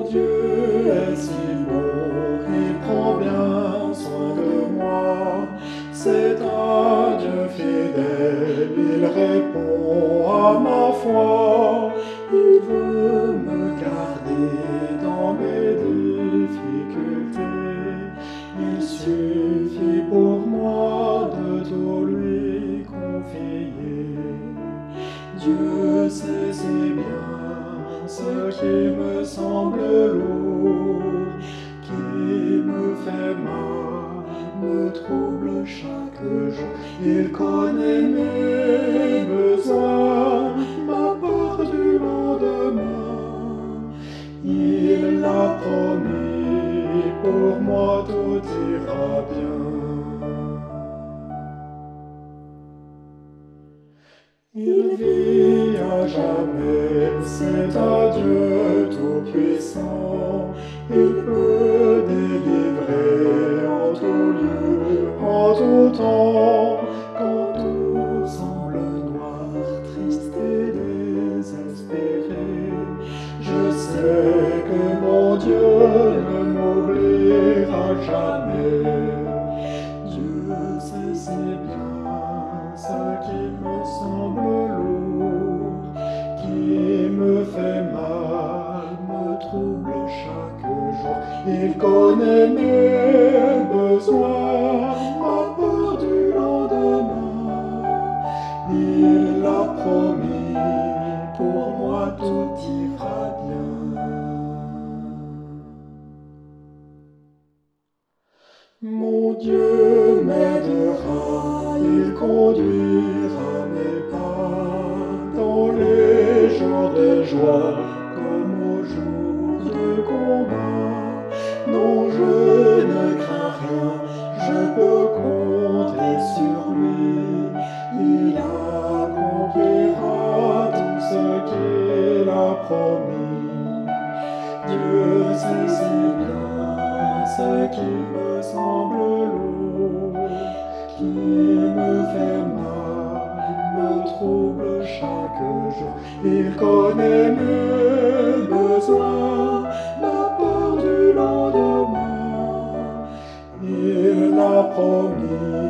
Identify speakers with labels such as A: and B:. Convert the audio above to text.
A: Dieu est si bon, il prend bien soin de moi. C'est un Dieu fidèle, il répond à ma foi. Il veut me garder dans mes difficultés. Il suffit pour moi de tout lui confier. Dieu sait si bien ce qui me semble lourd, qui me fait mal, me trouble chaque jour. Il connaît mes besoins, ma peur du lendemain. Il l'a promis, pour moi tout ira bien. Il vit à jamais, c'est un Dieu tout-puissant. Il peut délivrer en tout lieu, en tout temps. Quand tout semble noir, triste et désespéré, je sais que mon Dieu ne m'oubliera jamais. Dieu sait si bien ce qui me semble lourd, qui me fait mal, me trouble chaque jour. Il connaît mes besoins, ma peur du lendemain. Il l'a promis, pour moi tout ira bien. Mon Dieu m'aidera, il conduira mes pas dans les jours de joie comme aux jours de combat. Non, je ne crains rien, je peux compter sur lui. Il accomplira tout ce qu'il a promis. Dieu sait si bien ce qui me semble lourd, qui me fait mal, me trouble chaque jour. Il connaît mes besoins, ma peur du lendemain. Il l'a promis.